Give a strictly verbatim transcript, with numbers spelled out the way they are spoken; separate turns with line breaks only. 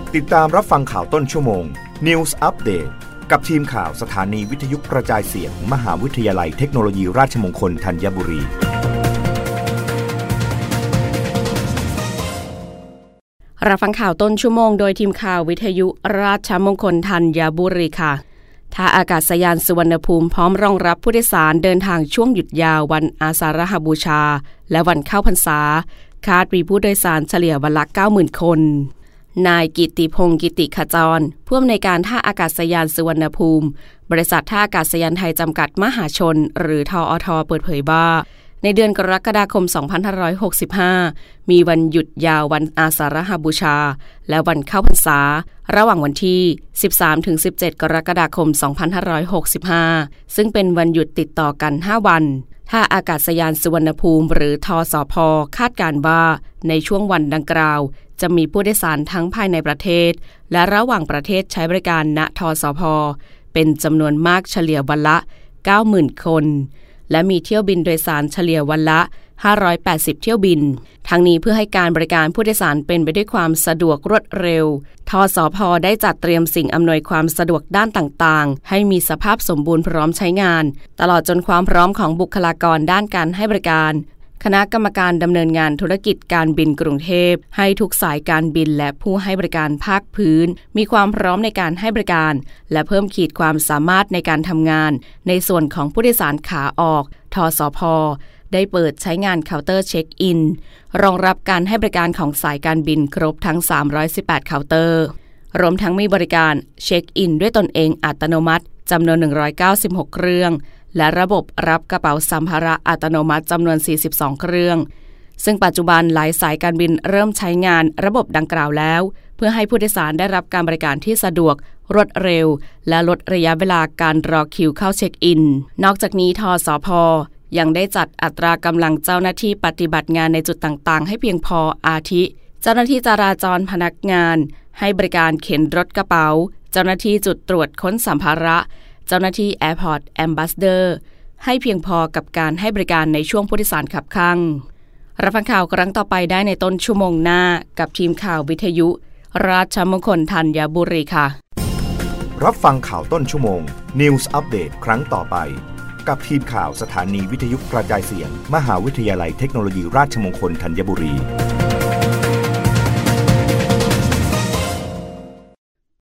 ติดตามรับฟังข่าวต้นชั่วโมง News Update กับทีมข่าวสถานีวิทยุกระจายเสียง มหาวิทยาลัยเทคโนโลยีราชมงคลธัญบุรี
รับฟังข่าวต้นชั่วโมงโดยทีมข่าววิทยุราชมงคลธัญบุรีค่ะท่าอากาศยานสุวรรณภูมิพร้อมรองรับผู้โดยสารเดินทางช่วงหยุดยาววันอาสาฬหบูชาและวันเข้าพรรษาคาดมีผู้โดยสารเฉลี่ยวันละ เก้าหมื่น คนนายกิตติพงศ์กิติขจรผู้อำนวยการท่าอากาศยานสุวรรณภูมิบริษัทท่าอากาศยานไทยจำกัดมหาชนหรือทอทเปิดเผยว่าในเดือนกรกฎาคมสองพันห้าร้อยหกสิบห้ามีวันหยุดยาววันอาสาฬหบูชาและวันเข้าพรรษาระหว่างวันที่ สิบสามถึงสิบเจ็ด กรกฎาคม สองพันห้าร้อยหกสิบห้า ซึ่งเป็นวันหยุดติดต่อกัน ห้า วันท่าอากาศยานสุวรรณภูมิหรือทสพ.คาดการณ์ว่าในช่วงวันดังกล่าวจะมีผู้โดยสารทั้งภายในประเทศและระหว่างประเทศใช้บริการณทสพ.เป็นจำนวนมากเฉลี่ยวันละ เก้าหมื่น คนและมีเที่ยวบินโดยสารเฉลี่ยวันละห้าร้อยแปดสิบเที่ยวบินทั้งนี้เพื่อให้การบริการผู้โดยสารเป็นไปด้วยความสะดวกรวดเร็วทสพ.ได้จัดเตรียมสิ่งอำนวยความสะดวกด้านต่างๆให้มีสภาพสมบูรณ์พร้อมใช้งานตลอดจนความพร้อมของบุคลากรด้านการให้บริการคณะกรรมการดำเนินงานธุรกิจการบินกรุงเทพให้ทุกสายการบินและผู้ให้บริการภาคพื้นมีความพร้อมในการให้บริการและเพิ่มขีดความสามารถในการทำงานในส่วนของผู้โดยสารขาออกทสพ.ได้เปิดใช้งานเคาน์เตอร์เช็คอินรองรับการให้บริการของสายการบินครบทั้งสามร้อยสิบแปดเคาน์เตอร์รวมทั้งมีบริการเช็คอินด้วยตนเองอัตโนมัติจำนวนหนึ่งร้อยเก้าสิบหกเครื่องและระบบรับกระเป๋าสัมภาระอัตโนมัติจำนวนสี่สิบสองเครื่องซึ่งปัจจุบันหลายสายการบินเริ่มใช้งานระบบดังกล่าวแล้วเพื่อให้ผู้โดยสารได้รับการบริการที่สะดวกรวดเร็วและลดระยะเวลาการรอคิวเข้าเช็คอินนอกจากนี้ทสพ.ยังได้จัดอัตรากำลังเจ้าหน้าที่ปฏิบัติงานในจุดต่างๆให้เพียงพออาทิเจ้าหน้าที่จราจรพนักงานให้บริการเข็นรถกระเป๋าเจ้าหน้าที่จุดตรวจค้นสัมภาระเจ้าหน้าที่ Airport Ambassador ให้เพียงพอกับการให้บริการในช่วงผู้โดยสารขับคั่งรับฟังข่าวครั้งต่อไปได้ในต้นชั่วโมงหน้ากับทีมข่าววิทยุราชมงคลธัญบุรีค่ะ
รับฟังข่าวต้นชั่วโมง News Update ครั้งต่อไปกับทีมข่าวสถานีวิทยุกระจายเสียง มหาวิทยาลัยเทคโนโลยีราชมงคลธัญบุรี